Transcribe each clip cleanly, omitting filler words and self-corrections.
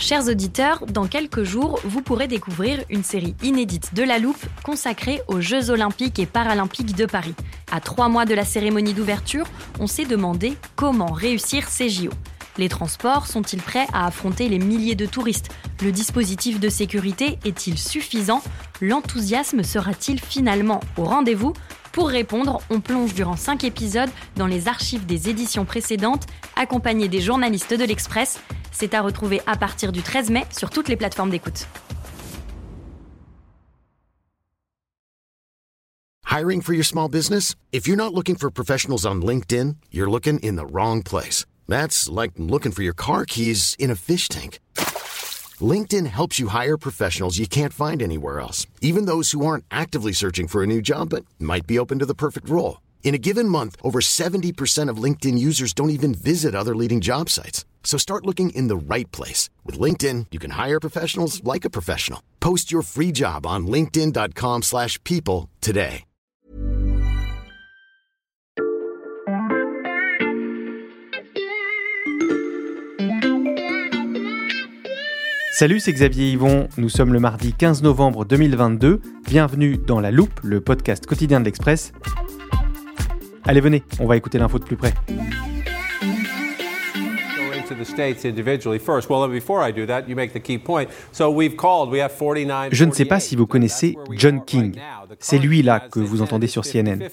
Chers auditeurs, dans quelques jours, vous pourrez découvrir une série inédite de La Loupe consacrée aux Jeux Olympiques et Paralympiques de Paris. À 3 mois de la cérémonie d'ouverture, on s'est demandé comment réussir ces JO. Les transports sont-ils prêts à affronter les milliers de touristes ? Le dispositif de sécurité est-il suffisant ? L'enthousiasme sera-t-il finalement au rendez-vous ? Pour répondre, on plonge durant 5 épisodes dans les archives des éditions précédentes, accompagnés des journalistes de l'Express. C'est à retrouver à partir du 13 mai sur toutes les plateformes d'écoute. Hiring for your small business? If you're not looking for professionals on LinkedIn, you're looking in the wrong place. That's like looking for your car keys in a fish tank. LinkedIn helps you hire professionals you can't find anywhere else, even those who aren't actively searching for a new job but might be open to the perfect role. In a given month, over 70% of LinkedIn users don't even visit other leading job sites. So start looking in the right place. With LinkedIn, you can hire professionals like a professional. Post your free job on linkedin.com/people today. Salut, c'est Xavier Yvon. Nous sommes le mardi 15 novembre 2022. Bienvenue dans La Loupe, le podcast quotidien de l'Express. Allez, venez, on va écouter l'info de plus près. Je ne sais pas si vous connaissez John King. C'est lui là que vous entendez sur CNN.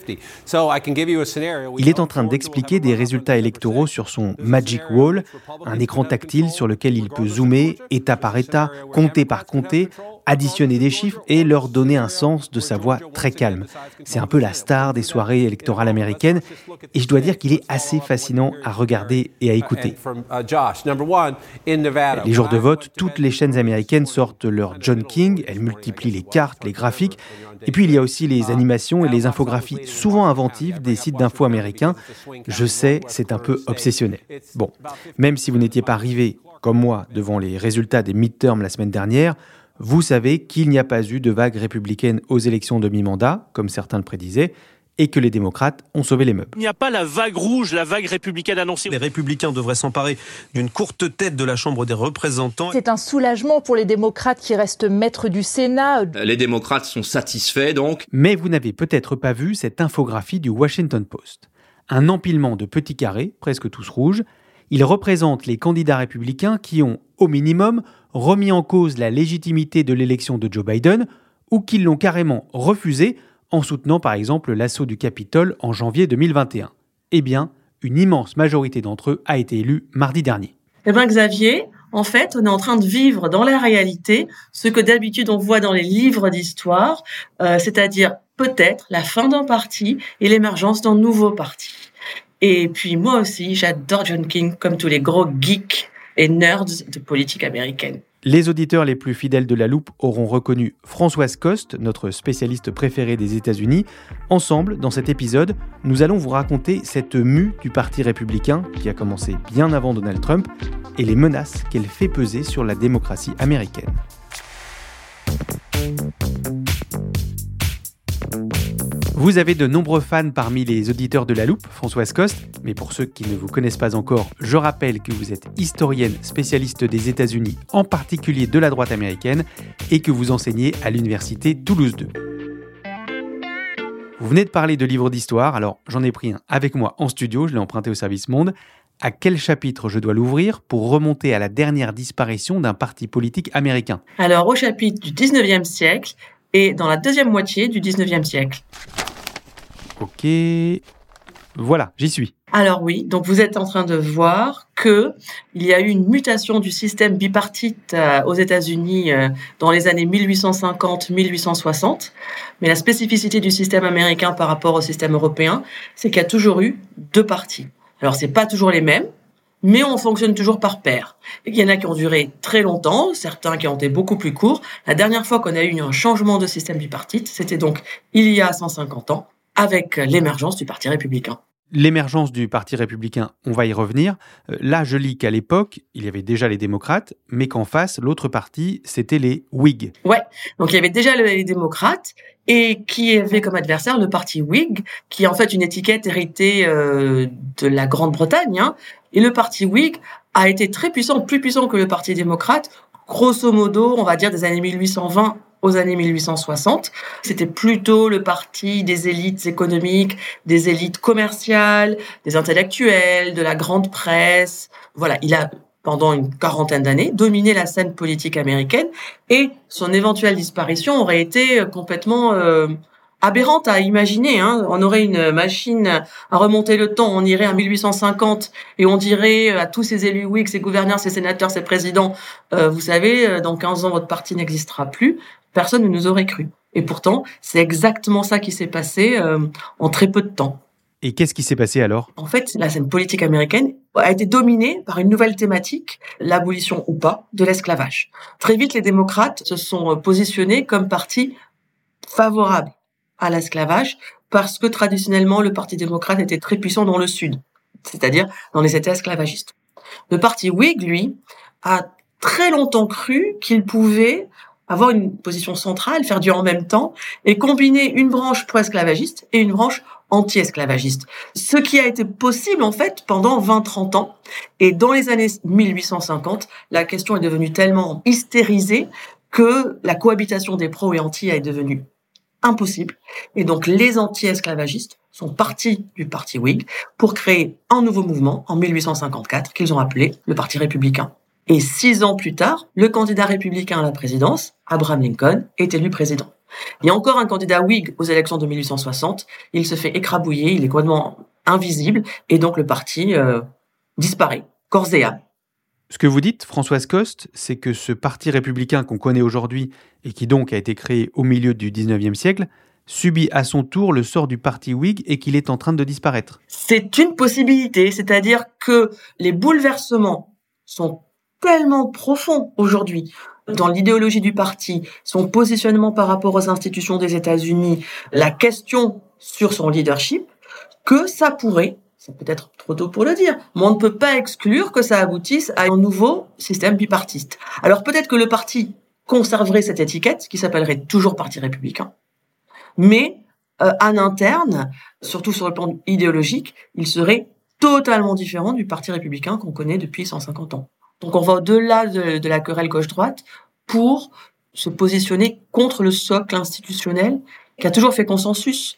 Il est en train d'expliquer des résultats électoraux sur son Magic Wall, un écran tactile sur lequel il peut zoomer, État par État, comté par comté, additionner des chiffres et leur donner un sens de sa voix très calme. C'est un peu la star des soirées électorales américaines et je dois dire qu'il est assez fascinant à regarder et à écouter. Les jours de vote, toutes les chaînes américaines sortent leur John King, elles multiplient les cartes, les graphiques, et puis il y a aussi les animations et les infographies souvent inventives des sites d'infos américains. Je sais, c'est un peu obsessionnel. Bon, même si vous n'étiez pas arrivé, comme moi, devant les résultats des midterms la semaine dernière, vous savez qu'il n'y a pas eu de vague républicaine aux élections de mi-mandat, comme certains le prédisaient, et que les démocrates ont sauvé les meubles. Il n'y a pas la vague rouge, la vague républicaine annoncée. Les républicains devraient s'emparer d'une courte tête de la Chambre des représentants. C'est un soulagement pour les démocrates qui restent maîtres du Sénat. Les démocrates sont satisfaits donc. Mais vous n'avez peut-être pas vu cette infographie du Washington Post. Un empilement de petits carrés, presque tous rouges. Il représente les candidats républicains qui ont, au minimum, remis en cause la légitimité de l'élection de Joe Biden ou qui l'ont carrément refusé en soutenant par exemple l'assaut du Capitole en janvier 2021. Eh bien, une immense majorité d'entre eux a été élue mardi dernier. Eh bien Xavier, en fait, on est en train de vivre dans la réalité ce que d'habitude on voit dans les livres d'histoire, c'est-à-dire peut-être la fin d'un parti et l'émergence d'un nouveau parti. Et puis moi aussi, j'adore John King comme tous les gros geeks et nerds de politique américaine. Les auditeurs les plus fidèles de La Loupe auront reconnu Françoise Coste, notre spécialiste préférée des États-Unis. Ensemble, dans cet épisode, nous allons vous raconter cette mue du Parti républicain qui a commencé bien avant Donald Trump et les menaces qu'elle fait peser sur la démocratie américaine. Vous avez de nombreux fans parmi les auditeurs de La Loupe, Françoise Coste, mais pour ceux qui ne vous connaissent pas encore, je rappelle que vous êtes historienne spécialiste des États-Unis, en particulier de la droite américaine, et que vous enseignez à l'université Toulouse 2. Vous venez de parler de livres d'histoire, alors j'en ai pris un avec moi en studio, je l'ai emprunté au service Monde. À quel chapitre je dois l'ouvrir pour remonter à la dernière disparition d'un parti politique américain ? Alors au chapitre du 19e siècle et dans la deuxième moitié du 19e siècle. Ok, voilà, j'y suis. Alors oui, donc vous êtes en train de voir que il y a eu une mutation du système bipartite aux États-Unis dans les années 1850-1860. Mais la spécificité du système américain par rapport au système européen, c'est qu'il y a toujours eu 2 partis. Alors c'est pas toujours les mêmes, mais on fonctionne toujours par paires. Il y en a qui ont duré très longtemps, certains qui ont été beaucoup plus courts. La dernière fois qu'on a eu un changement de système bipartite, c'était donc il y a 150 ans, avec l'émergence du Parti républicain. L'émergence du Parti républicain, on va y revenir. Là, je lis qu'à l'époque, il y avait déjà les démocrates, mais qu'en face, l'autre parti, c'était les Whigs. Ouais, donc il y avait déjà les démocrates, et qui avait comme adversaire le parti Whig, qui est en fait une étiquette héritée de la Grande-Bretagne. Et le parti Whig a été très puissant, plus puissant que le Parti démocrate, grosso modo, on va dire des années 1820 aux années 1860. C'était plutôt le parti des élites économiques, des élites commerciales, des intellectuels, de la grande presse. Voilà, il a, pendant une quarantaine d'années, dominé la scène politique américaine et son éventuelle disparition aurait été complètement aberrante à imaginer. On aurait une machine à remonter le temps, on irait à 1850 et on dirait à tous ces élus Whigs, ces gouverneurs, ces sénateurs, ces présidents, vous savez, dans 15 ans, votre parti n'existera plus. Personne ne nous aurait cru. Et pourtant, c'est exactement ça qui s'est passé en très peu de temps. Et qu'est-ce qui s'est passé alors ? En fait, la scène politique américaine a été dominée par une nouvelle thématique, l'abolition ou pas de l'esclavage. Très vite, les démocrates se sont positionnés comme parti favorable à l'esclavage parce que traditionnellement, le Parti démocrate était très puissant dans le Sud, c'est-à-dire dans les États esclavagistes. Le Parti Whig, lui, a très longtemps cru qu'il pouvait avoir une position centrale, faire du en même temps, et combiner une branche pro-esclavagiste et une branche anti-esclavagiste. Ce qui a été possible, en fait, pendant 20-30 ans. Et dans les années 1850, la question est devenue tellement hystérisée que la cohabitation des pro et anti est devenue impossible. Et donc, les anti-esclavagistes sont partis du Parti Whig pour créer un nouveau mouvement en 1854 qu'ils ont appelé le Parti républicain. Et 6 ans plus tard, le candidat républicain à la présidence, Abraham Lincoln, est élu président. Il y a encore un candidat Whig aux élections de 1860. Il se fait écrabouiller, il est complètement invisible, et donc le parti disparaît, corps et âme. Ce que vous dites, Françoise Coste, c'est que ce parti républicain qu'on connaît aujourd'hui, et qui donc a été créé au milieu du 19e siècle, subit à son tour le sort du parti Whig et qu'il est en train de disparaître. C'est une possibilité, c'est-à-dire que les bouleversements sont tellement profond aujourd'hui dans l'idéologie du parti, son positionnement par rapport aux institutions des États-Unis, la question sur son leadership, que ça pourrait, c'est peut-être trop tôt pour le dire, mais on ne peut pas exclure que ça aboutisse à un nouveau système bipartiste. Alors peut-être que le parti conserverait cette étiquette, qui s'appellerait toujours Parti républicain, mais en interne, surtout sur le plan idéologique, il serait totalement différent du Parti républicain qu'on connaît depuis 150 ans. Donc on va au-delà de la querelle gauche-droite pour se positionner contre le socle institutionnel qui a toujours fait consensus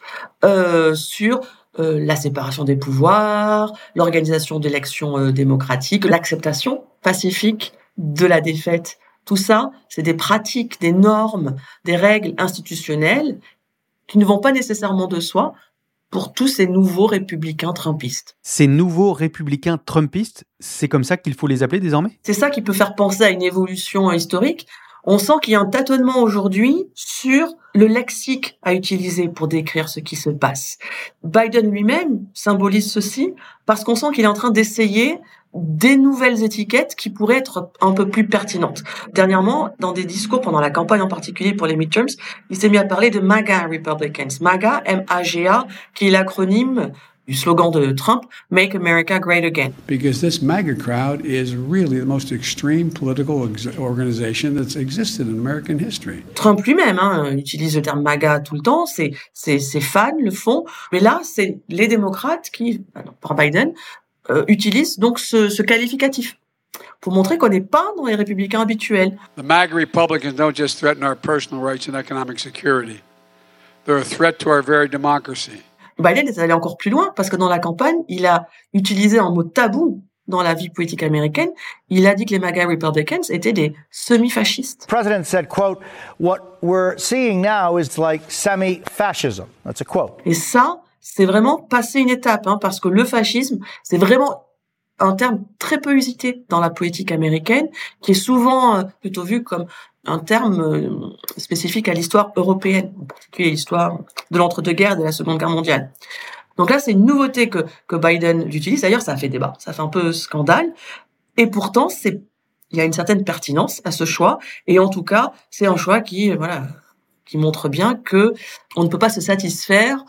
sur la séparation des pouvoirs, l'organisation d'élections démocratiques, l'acceptation pacifique de la défaite. Tout ça, c'est des pratiques, des normes, des règles institutionnelles qui ne vont pas nécessairement de soi pour tous ces nouveaux républicains trumpistes. Ces nouveaux républicains trumpistes, c'est comme ça qu'il faut les appeler désormais ? C'est ça qui peut faire penser à une évolution historique. On sent qu'il y a un tâtonnement aujourd'hui sur le lexique à utiliser pour décrire ce qui se passe. Biden lui-même symbolise ceci parce qu'on sent qu'il est en train d'essayer des nouvelles étiquettes qui pourraient être un peu plus pertinentes. Dernièrement, dans des discours pendant la campagne en particulier pour les midterms, il s'est mis à parler de MAGA Republicans. MAGA, M-A-G-A, qui est l'acronyme du slogan de Trump, Make America Great Again. Because this MAGA crowd is really the most extreme political organization that's existed in American history. Trump lui-même utilise le terme MAGA tout le temps, ses fans le font, mais là, c'est les démocrates qui, par Biden, utilisent donc ce qualificatif pour montrer qu'on n'est pas dans les républicains habituels. The MAGA Republicans don't just threaten our personal rights and economic security. They're a threat to our very democracy. Biden est allé encore plus loin parce que dans la campagne, il a utilisé un mot tabou dans la vie politique américaine. Il a dit que les MAGA Republicans étaient des semi-fascistes. The president said, quote, "What we're seeing now is like semi-fascism." That's a quote. Et ça, c'est vraiment passer une étape, parce que le fascisme, c'est vraiment un terme très peu usité dans la politique américaine, qui est souvent plutôt vu comme un terme spécifique à l'histoire européenne, en particulier l'histoire de l'entre-deux-guerres et de la Seconde Guerre mondiale. Donc là, c'est une nouveauté que Biden utilise. D'ailleurs, ça a fait débat, ça fait un peu scandale. Et pourtant, il y a une certaine pertinence à ce choix. Et en tout cas, c'est un choix qui montre bien que on ne peut pas se satisfaire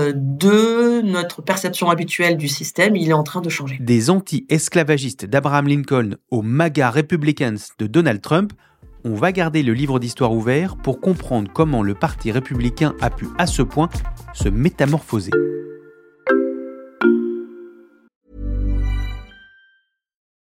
de notre perception habituelle du système. Il est en train de changer. Des anti-esclavagistes d'Abraham Lincoln aux MAGA Republicans de Donald Trump, on va garder le livre d'histoire ouvert pour comprendre comment le Parti républicain a pu à ce point se métamorphoser.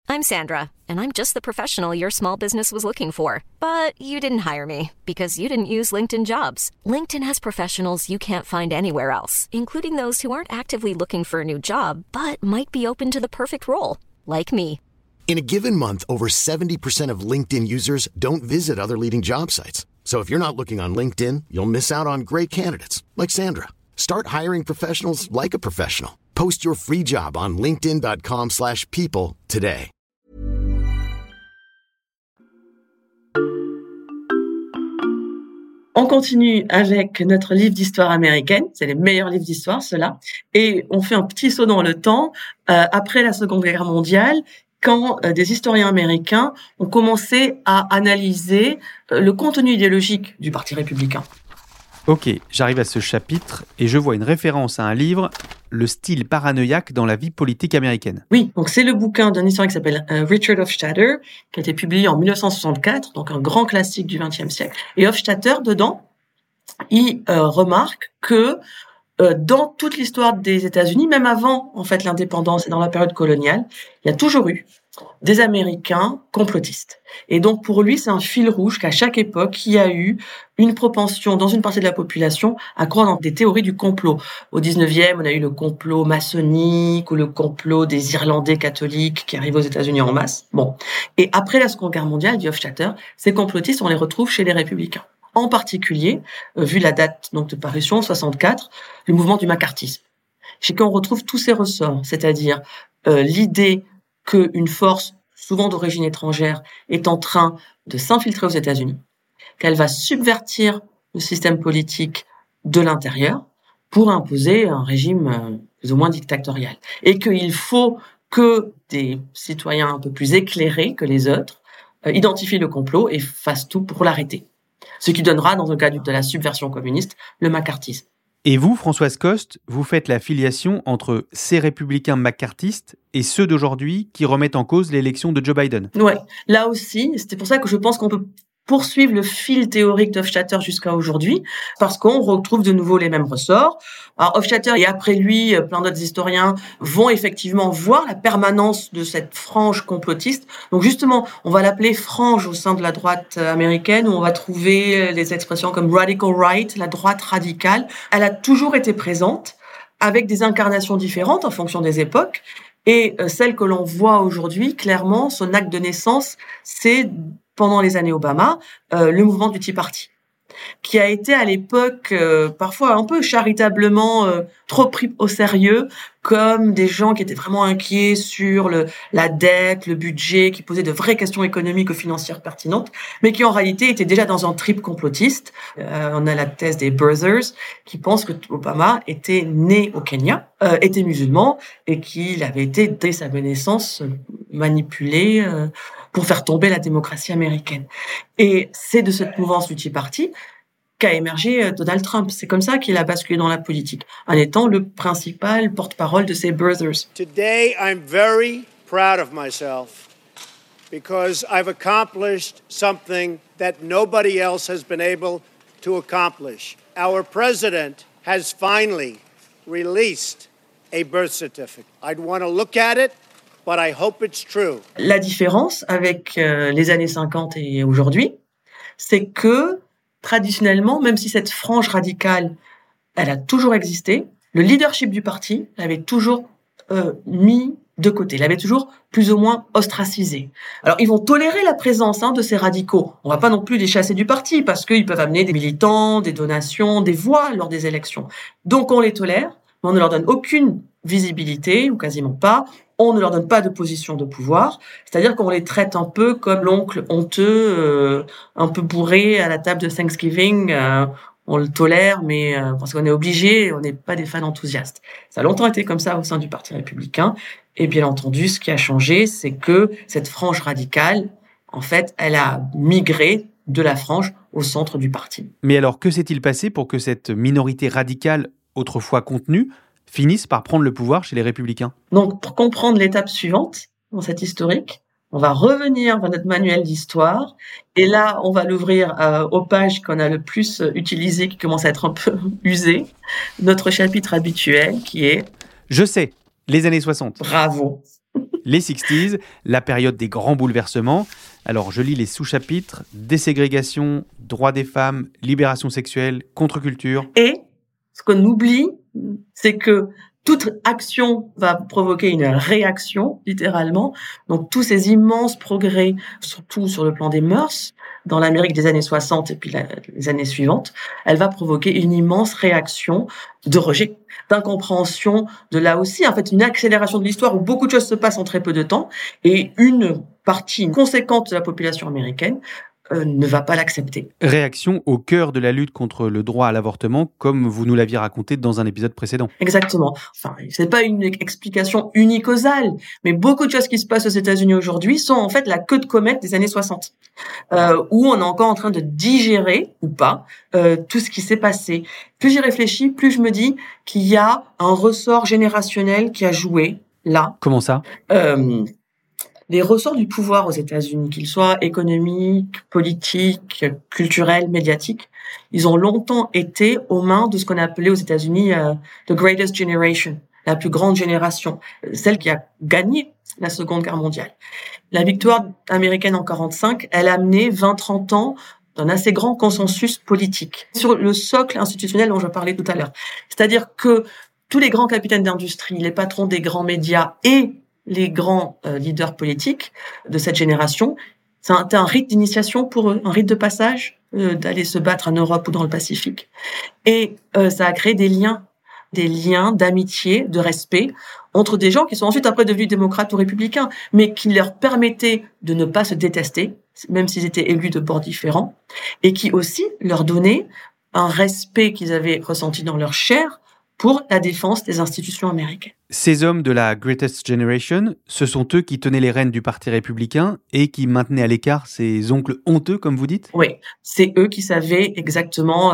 I'm Sandra, and I'm just the professional your small business was looking for. But you didn't hire me because you didn't use LinkedIn Jobs. LinkedIn has professionals you can't find anywhere else, including those who aren't actively looking for a new job, but might be open to the perfect role, like me. In a given month, over 70% of LinkedIn users don't visit other leading job sites. So if you're not looking on LinkedIn, you'll miss out on great candidates like Sandra. Start hiring professionals like a professional. Post your free job on linkedin.com/people today. On continue avec notre livre d'histoire américaine. C'est les meilleurs livres d'histoire, ceux-là. Et on fait un petit saut dans le temps, après la Seconde Guerre mondiale, quand des historiens américains ont commencé à analyser le contenu idéologique du Parti républicain. Ok, j'arrive à ce chapitre et je vois une référence à un livre, Le style paranoïaque dans la vie politique américaine. Oui, donc c'est le bouquin d'un historien qui s'appelle Richard Hofstadter, qui a été publié en 1964, donc un grand classique du XXe siècle. Et Hofstadter, dedans, il remarque que dans toute l'histoire des États-Unis, même avant en fait l'indépendance et dans la période coloniale, il y a toujours eu des Américains complotistes. Et donc pour lui, c'est un fil rouge qu'à chaque époque, il y a eu une propension dans une partie de la population à croire dans des théories du complot. Au 19e, on a eu le complot maçonnique ou le complot des Irlandais catholiques qui arrivent aux États-Unis en masse. Bon. Et après la Seconde Guerre mondiale, dit Hofstadter, ces complotistes, on les retrouve chez les républicains. En particulier, vu la date donc de parution, 64, le mouvement du macartisme. Chez qui on retrouve tous ces ressorts, c'est-à-dire l'idée qu'une force, souvent d'origine étrangère, est en train de s'infiltrer aux États-Unis, qu'elle va subvertir le système politique de l'intérieur pour imposer un régime plus ou moins dictatorial. Et qu'il faut que des citoyens un peu plus éclairés que les autres identifient le complot et fassent tout pour l'arrêter. Ce qui donnera, dans le cas de la subversion communiste, le macartisme. Et vous, Françoise Coste, vous faites la filiation entre ces républicains macartistes et ceux d'aujourd'hui qui remettent en cause l'élection de Joe Biden. Ouais, là aussi, c'était pour ça que je pense qu'on peut poursuivre le fil théorique d'Hofstadter jusqu'à aujourd'hui, parce qu'on retrouve de nouveau les mêmes ressorts. Alors Hofstadter et après lui, plein d'autres historiens vont effectivement voir la permanence de cette frange complotiste. Donc justement, on va l'appeler frange au sein de la droite américaine, où on va trouver des expressions comme radical right, la droite radicale. Elle a toujours été présente, avec des incarnations différentes en fonction des époques. Et celle que l'on voit aujourd'hui, clairement, son acte de naissance, c'est pendant les années Obama, le mouvement du Tea Party, qui a été à l'époque parfois un peu charitablement trop pris au sérieux, comme des gens qui étaient vraiment inquiets sur la dette, le budget, qui posaient de vraies questions économiques ou financières pertinentes, mais qui en réalité étaient déjà dans un trip complotiste. On a la thèse des birthers, qui pensent que Obama était né au Kenya, était musulman, et qu'il avait été, dès sa naissance, manipulé pour faire tomber la démocratie américaine. Et c'est de cette mouvance du Tea Party qu'a émergé Donald Trump. C'est comme ça qu'il a basculé dans la politique, en étant le principal porte-parole de ces birthers. Today, I'm very proud of myself because I've accomplished something that nobody else has been able to accomplish. Our president has finally released a birth certificate. I'd want to look at it, but I hope it's true. La différence avec les années 50 et aujourd'hui, c'est que traditionnellement, même si cette frange radicale, elle a toujours existé, le leadership du parti l'avait toujours mis de côté, l'avait toujours plus ou moins ostracisé. Alors, ils vont tolérer la présence de ces radicaux. On va pas non plus les chasser du parti, parce qu'ils peuvent amener des militants, des donations, des voix lors des élections. Donc, on les tolère, mais on ne leur donne aucune visibilité, ou quasiment pas. On ne leur donne pas de position de pouvoir, c'est-à-dire qu'on les traite un peu comme l'oncle honteux, un peu bourré à la table de Thanksgiving. On le tolère, mais parce qu'on est obligé, on n'est pas des fans enthousiastes. Ça a longtemps été comme ça au sein du Parti républicain. Et bien entendu, ce qui a changé, c'est que cette frange radicale, en fait, elle a migré de la frange au centre du parti. Mais alors, que s'est-il passé pour que cette minorité radicale, autrefois contenue, finissent par prendre le pouvoir chez les Républicains? Donc, pour comprendre l'étape suivante dans cette historique, on va revenir vers notre manuel d'histoire. Et là, on va l'ouvrir aux pages qu'on a le plus utilisées, qui commencent à être un peu usées. Notre chapitre habituel, qui est... Je sais, les années 60. Bravo. Les 60s, la période des grands bouleversements. Alors, je lis les sous-chapitres. Déségrégation, droits des femmes, libération sexuelle, contre-culture. Et ce qu'on oublie, c'est que toute action va provoquer une réaction, littéralement. Donc, tous ces immenses progrès, surtout sur le plan des mœurs, dans l'Amérique des années 60 et puis les années suivantes, elle va provoquer une immense réaction de rejet, d'incompréhension, de là aussi, en fait, une accélération de l'histoire où beaucoup de choses se passent en très peu de temps et une partie conséquente de la population américaine ne va pas l'accepter. Réaction au cœur de la lutte contre le droit à l'avortement, comme vous nous l'aviez raconté dans un épisode précédent. Exactement. Enfin, c'est pas une explication unicausale, mais beaucoup de choses qui se passent aux États-Unis aujourd'hui sont en fait la queue de comète des années 60, où on est encore en train de digérer, ou pas, tout ce qui s'est passé. Plus j'y réfléchis, plus je me dis qu'il y a un ressort générationnel qui a joué là. Comment ça ? Les ressorts du pouvoir aux États-Unis, qu'ils soient économiques, politiques, culturels, médiatiques, ils ont longtemps été aux mains de ce qu'on appelait aux États-Unis the greatest generation, la plus grande génération, celle qui a gagné la Seconde Guerre mondiale. La victoire américaine en 1945, elle a amené 20-30 ans d'un assez grand consensus politique sur le socle institutionnel dont je parlais tout à l'heure. C'est-à-dire que tous les grands capitaines d'industrie, les patrons des grands médias et les grands leaders politiques de cette génération, c'était un rite d'initiation pour eux, un rite de passage, d'aller se battre en Europe ou dans le Pacifique. Et ça a créé des liens d'amitié, de respect, entre des gens qui sont ensuite après devenus démocrates ou républicains, mais qui leur permettaient de ne pas se détester, même s'ils étaient élus de bords différents, et qui aussi leur donnaient un respect qu'ils avaient ressenti dans leur chair pour la défense des institutions américaines. Ces hommes de la Greatest Generation, ce sont eux qui tenaient les rênes du Parti républicain et qui maintenaient à l'écart ces oncles honteux, comme vous dites ? Oui, c'est eux qui savaient exactement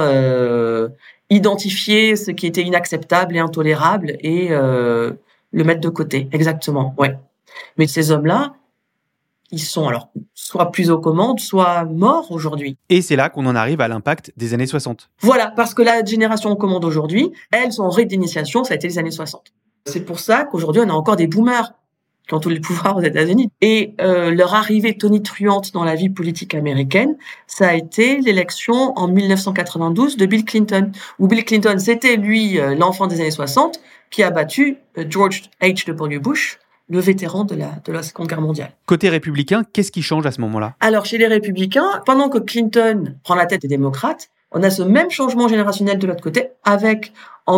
identifier ce qui était inacceptable et intolérable et le mettre de côté, exactement, ouais. Mais ces hommes-là, ils sont alors soit plus aux commandes, soit morts aujourd'hui. Et c'est là qu'on en arrive à l'impact des années 60. Voilà, parce que la génération aux commandes aujourd'hui, elles sont en rite d'initiation, ça a été les années 60. C'est pour ça qu'aujourd'hui, on a encore des boomers qui ont tous les pouvoirs aux États-Unis. Et leur arrivée tonitruante dans la vie politique américaine, ça a été l'élection en 1992 de Bill Clinton, où Bill Clinton, c'était lui, l'enfant des années 60, qui a battu George H.W. Bush, le vétéran de la Seconde Guerre mondiale. Côté républicain, qu'est-ce qui change à ce moment-là ? Alors, chez les républicains, pendant que Clinton prend la tête des démocrates, on a ce même changement générationnel de l'autre côté, avec, en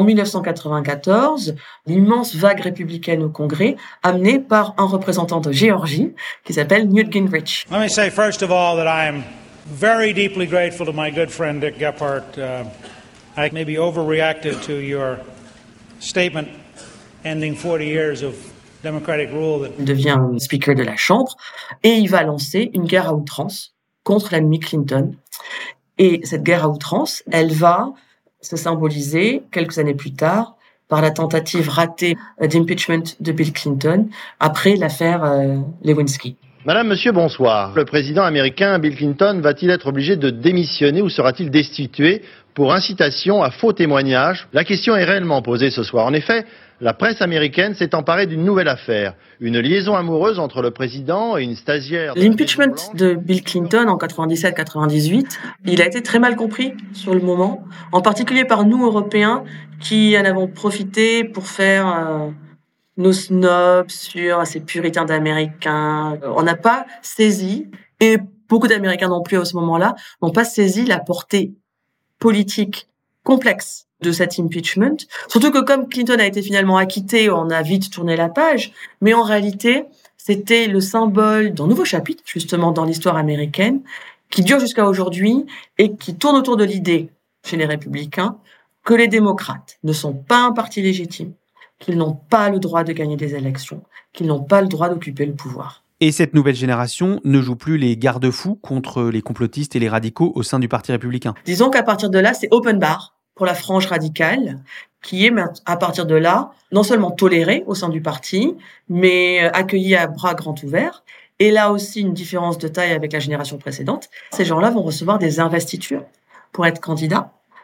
1994, l'immense vague républicaine au Congrès, amenée par un représentant de Géorgie, qui s'appelle Newt Gingrich. Let me say first of all that I am very deeply grateful to my good friend Dick Gephardt. I maybe overreacted to your statement ending 40 years of democratic rule. Il devient speaker de la Chambre et il va lancer une guerre à outrance contre l'ennemi Clinton. Et cette guerre à outrance, elle va se symboliser quelques années plus tard par la tentative ratée d'impeachment de Bill Clinton après l'affaire Lewinsky. Madame, monsieur, bonsoir. Le président américain Bill Clinton va-t-il être obligé de démissionner ou sera-t-il destitué pour incitation à faux témoignage ? La question est réellement posée ce soir. En effet, la presse américaine s'est emparée d'une nouvelle affaire, une liaison amoureuse entre le président et une stagiaire. L'impeachment de Bill Clinton en 97-98, il a été très mal compris sur le moment, en particulier par nous Européens qui en avons profité pour faire nos snobs sur ces puritains d'Américains. On n'a pas saisi, et beaucoup d'Américains non plus à ce moment-là, n'ont pas saisi la portée politique complexe de cet impeachment. Surtout que comme Clinton a été finalement acquitté, on a vite tourné la page, mais en réalité, c'était le symbole d'un nouveau chapitre, justement, dans l'histoire américaine, qui dure jusqu'à aujourd'hui et qui tourne autour de l'idée, chez les républicains, que les démocrates ne sont pas un parti légitime, qu'ils n'ont pas le droit de gagner des élections, qu'ils n'ont pas le droit d'occuper le pouvoir. Et cette nouvelle génération ne joue plus les garde-fous contre les complotistes et les radicaux au sein du Parti républicain. Disons qu'à partir de là, c'est open bar pour la frange radicale, qui est à partir de là non seulement tolérée au sein du parti, mais accueillie à bras grands ouverts. Et là aussi, une différence de taille avec la génération précédente. Ces gens-là vont recevoir des investitures pour être candidats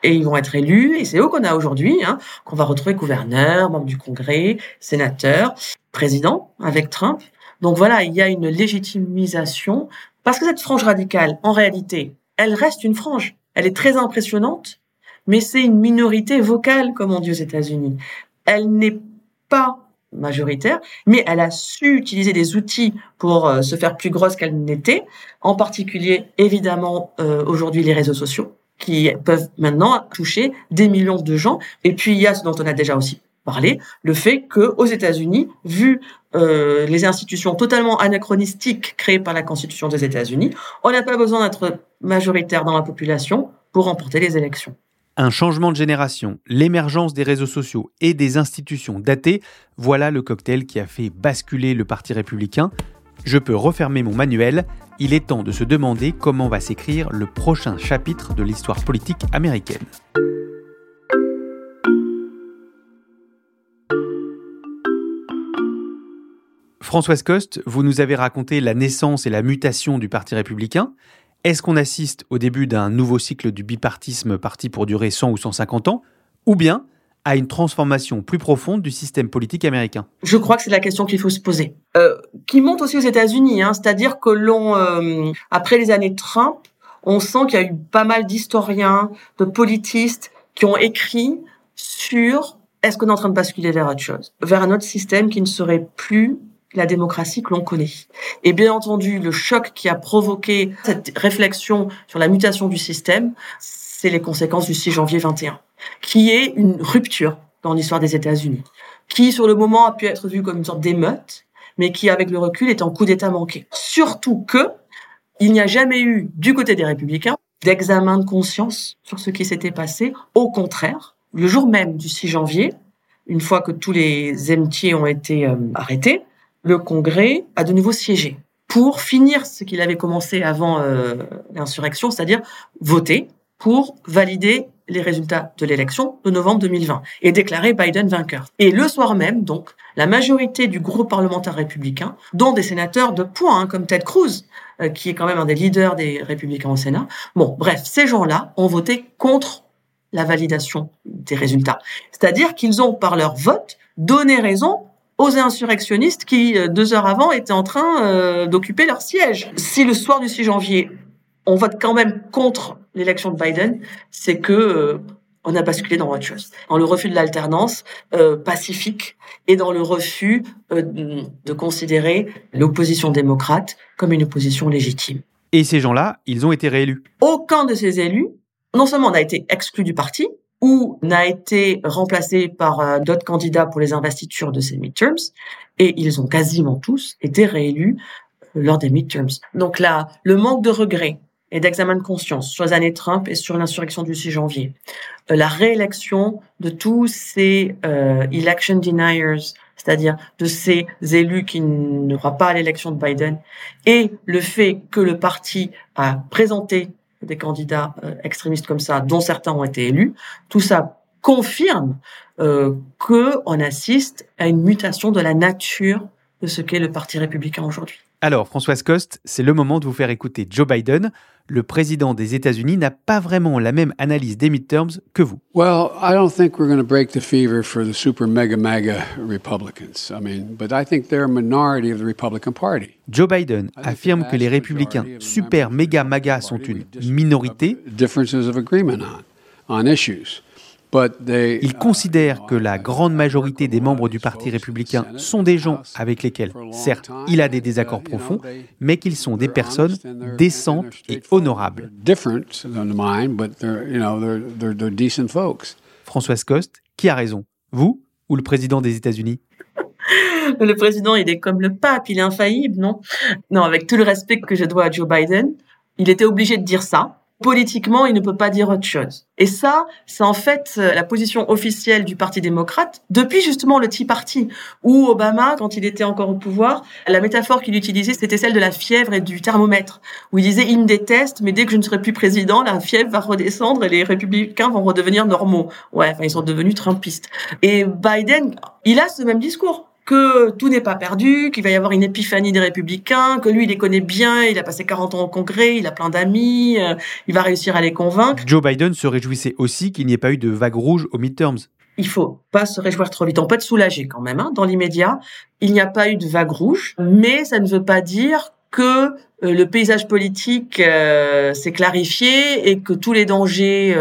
Et ils vont être élus, et c'est eux qu'on a aujourd'hui, qu'on va retrouver gouverneurs, membres du Congrès, sénateurs, président avec Trump. Donc voilà, il y a une légitimisation, parce que cette frange radicale, en réalité, elle reste une frange. Elle est très impressionnante, mais c'est une minorité vocale, comme on dit aux États-Unis. Elle n'est pas majoritaire, mais elle a su utiliser des outils pour se faire plus grosse qu'elle n'était, en particulier, évidemment, aujourd'hui, les réseaux sociaux, qui peuvent maintenant toucher des millions de gens. Et puis, il y a ce dont on a déjà aussi parlé, le fait qu'aux États-Unis, vu les institutions totalement anachronistiques créées par la Constitution des États-Unis, on n'a pas besoin d'être majoritaire dans la population pour remporter les élections. Un changement de génération, l'émergence des réseaux sociaux et des institutions datées, voilà le cocktail qui a fait basculer le Parti républicain. Je peux refermer mon manuel. Il est temps de se demander comment va s'écrire le prochain chapitre de l'histoire politique américaine. Françoise Coste, vous nous avez raconté la naissance et la mutation du Parti républicain. Est-ce qu'on assiste au début d'un nouveau cycle du bipartisme parti pour durer 100 ou 150 ans, ou bien à une transformation plus profonde du système politique américain ? Je crois que c'est la question qu'il faut se poser. Qui monte aussi aux États-Unis, c'est-à-dire que après les années Trump, on sent qu'il y a eu pas mal d'historiens, de politistes qui ont écrit sur est-ce qu'on est en train de basculer vers autre chose, vers un autre système qui ne serait plus la démocratie que l'on connaît. Et bien entendu, le choc qui a provoqué cette réflexion sur la mutation du système, c'est les conséquences du 6 janvier 21, qui est une rupture dans l'histoire des États-Unis, qui sur le moment a pu être vue comme une sorte d'émeute, mais qui avec le recul est un coup d'État manqué. Surtout que il n'y a jamais eu, du côté des républicains, d'examen de conscience sur ce qui s'était passé. Au contraire, le jour même du 6 janvier, une fois que tous les émeutiers ont été arrêtés, le Congrès a de nouveau siégé pour finir ce qu'il avait commencé avant l'insurrection, c'est-à-dire voter pour valider les résultats de l'élection de novembre 2020 et déclarer Biden vainqueur. Et le soir même, donc, la majorité du groupe parlementaire républicain, dont des sénateurs de poing, comme Ted Cruz, qui est quand même un des leaders des républicains au Sénat, ces gens-là ont voté contre la validation des résultats. C'est-à-dire qu'ils ont, par leur vote, donné raison aux insurrectionnistes qui, 2 heures avant, étaient en train d'occuper leur siège. Si le soir du 6 janvier, on vote quand même contre l'élection de Biden, c'est que on a basculé dans autre chose. Dans le refus de l'alternance pacifique et dans le refus de considérer l'opposition démocrate comme une opposition légitime. Et ces gens-là, ils ont été réélus. Aucun de ces élus, non seulement n'a été exclu du parti, ou n'a été remplacé par d'autres candidats pour les investitures de ces midterms, et ils ont quasiment tous été réélus lors des midterms. Donc là, le manque de regret et d'examen de conscience sur les années Trump et sur l'insurrection du 6 janvier, la réélection de tous ces election deniers, c'est-à-dire de ces élus qui ne croient pas à l'élection de Biden, et le fait que le parti a présenté des candidats extrémistes comme ça, dont certains ont été élus, tout ça confirme qu'on assiste à une mutation de la nature de ce qu'est le Parti républicain aujourd'hui. Alors, Françoise Coste, c'est le moment de vous faire écouter Joe Biden. Le président des États-Unis n'a pas vraiment la même analyse des midterms que vous. Well, I don't think we're going to break the fever for the super mega Republicans. But I think they're a minority of the Republican Party. Joe Biden affirme que les républicains super méga MAGA sont une minorité. Differences of agreement on issues. Il considère que la grande majorité des membres du Parti républicain sont des gens avec lesquels, certes, il a des désaccords profonds, mais qu'ils sont des personnes décentes et honorables. Françoise Coste, qui a raison, vous ou le président des États-Unis ? Le président, il est comme le pape, il est infaillible, non ? Non, avec tout le respect que je dois à Joe Biden, il était obligé de dire ça. Politiquement, il ne peut pas dire autre chose. Et ça, c'est en fait la position officielle du Parti démocrate depuis justement le Tea Party, où Obama, quand il était encore au pouvoir, la métaphore qu'il utilisait, c'était celle de la fièvre et du thermomètre, où il disait « il me déteste, mais dès que je ne serai plus président, la fièvre va redescendre et les républicains vont redevenir normaux ». Ouais, ils sont devenus trumpistes. Et Biden, il a ce même discours. que tout n'est pas perdu, qu'il va y avoir une épiphanie des républicains, que lui, il les connaît bien, il a passé 40 ans au Congrès, il a plein d'amis, il va réussir à les convaincre. Joe Biden se réjouissait aussi qu'il n'y ait pas eu de vague rouge aux midterms. Il faut pas se réjouir trop vite. On peut être soulagé quand même. Dans l'immédiat, il n'y a pas eu de vague rouge, mais ça ne veut pas dire que le paysage politique s'est clarifié et que tous les dangers,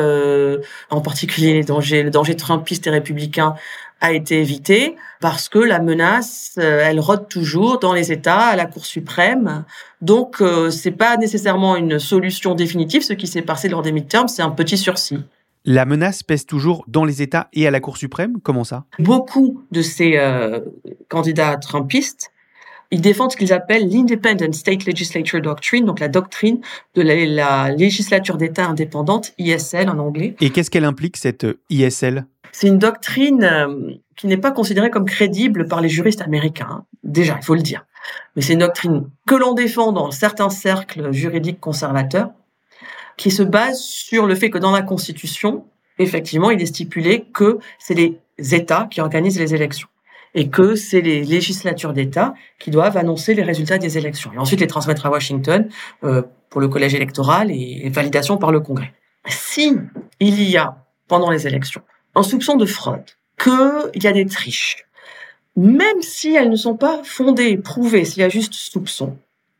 en particulier le danger trumpiste et républicain, a été évité, parce que la menace, elle rôde toujours dans les États, à la Cour suprême. Donc, c'est pas nécessairement une solution définitive. Ce qui s'est passé lors des midterms, c'est un petit sursis. La menace pèse toujours dans les États et à la Cour suprême? Comment ça? Beaucoup de ces candidats trumpistes, ils défendent ce qu'ils appellent l'Independent State Legislature Doctrine, donc la doctrine de la législature d'État indépendante, ISL en anglais. Et qu'est-ce qu'elle implique, cette ISL? C'est une doctrine qui n'est pas considérée comme crédible par les juristes américains, déjà, il faut le dire. Mais c'est une doctrine que l'on défend dans certains cercles juridiques conservateurs, qui se base sur le fait que dans la Constitution, effectivement, il est stipulé que c'est les États qui organisent les élections et que c'est les législatures d'État qui doivent annoncer les résultats des élections et ensuite les transmettre à Washington pour le collège électoral et validation par le Congrès. Si il y a, pendant les élections, un soupçon de fraude, qu'il y a des triches, même si elles ne sont pas fondées, prouvées, s'il y a juste soupçon,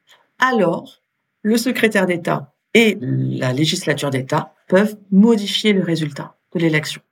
alors le secrétaire d'État et la législature d'État peuvent modifier le résultat de l'élection.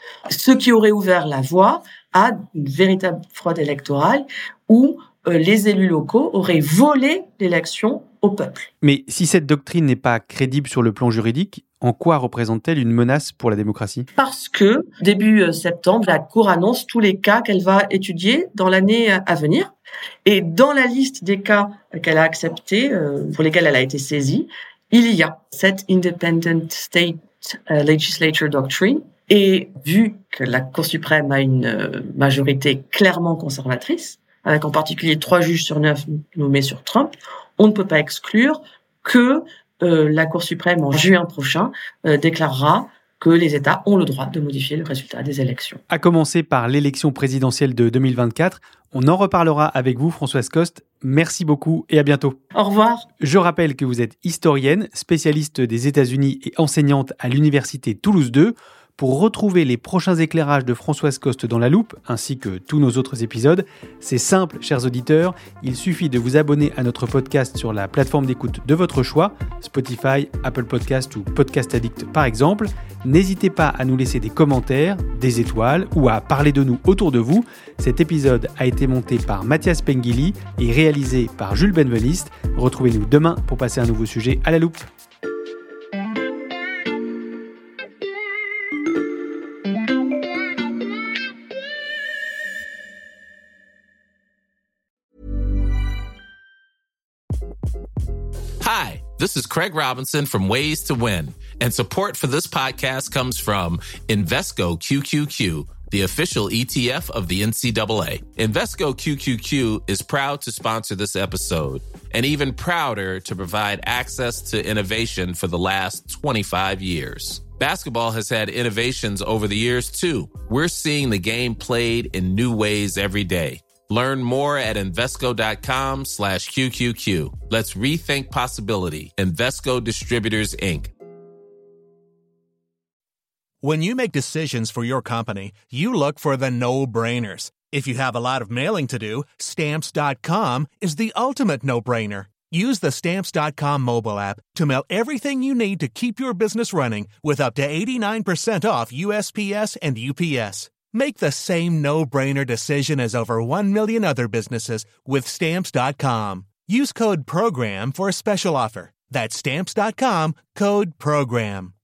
Ce qui aurait ouvert la voie à une véritable fraude électorale où les élus locaux auraient volé l'élection au peuple. Mais si cette doctrine n'est pas crédible sur le plan juridique, en quoi représente-t-elle une menace pour la démocratie? Parce que, début septembre, la Cour annonce tous les cas qu'elle va étudier dans l'année à venir. Et dans la liste des cas qu'elle a acceptés, pour lesquels elle a été saisie, il y a cette Independent State Legislature Doctrine. Et vu que la Cour suprême a une majorité clairement conservatrice, avec en particulier 3 juges sur 9 nommés sur Trump, on ne peut pas exclure que la Cour suprême, en juin prochain, déclarera que les États ont le droit de modifier le résultat des élections. À commencer par l'élection présidentielle de 2024. On en reparlera avec vous, Françoise Coste. Merci beaucoup et à bientôt. Au revoir. Je rappelle que vous êtes historienne, spécialiste des États-Unis et enseignante à l'Université Toulouse 2. Pour retrouver les prochains éclairages de Françoise Coste dans la loupe, ainsi que tous nos autres épisodes, c'est simple, chers auditeurs, il suffit de vous abonner à notre podcast sur la plateforme d'écoute de votre choix, Spotify, Apple Podcast ou Podcast Addict par exemple. N'hésitez pas à nous laisser des commentaires, des étoiles ou à parler de nous autour de vous. Cet épisode a été monté par Mathias Pengili et réalisé par Jules Benveniste. Retrouvez-nous demain pour passer un nouveau sujet à la loupe. Hi, this is Craig Robinson from Ways to Win, and support for this podcast comes from Invesco QQQ, the official ETF of the NCAA. Invesco QQQ is proud to sponsor this episode, and even prouder to provide access to innovation for the last 25 years. Basketball has had innovations over the years, too. We're seeing the game played in new ways every day. Learn more at Invesco.com/QQQ. Let's rethink possibility. Invesco Distributors, Inc. When you make decisions for your company, you look for the no-brainers. If you have a lot of mailing to do, Stamps.com is the ultimate no-brainer. Use the Stamps.com mobile app to mail everything you need to keep your business running with up to 89% off USPS and UPS. Make the same no-brainer decision as over 1 million other businesses with Stamps.com. Use code PROGRAM for a special offer. That's Stamps.com, code PROGRAM.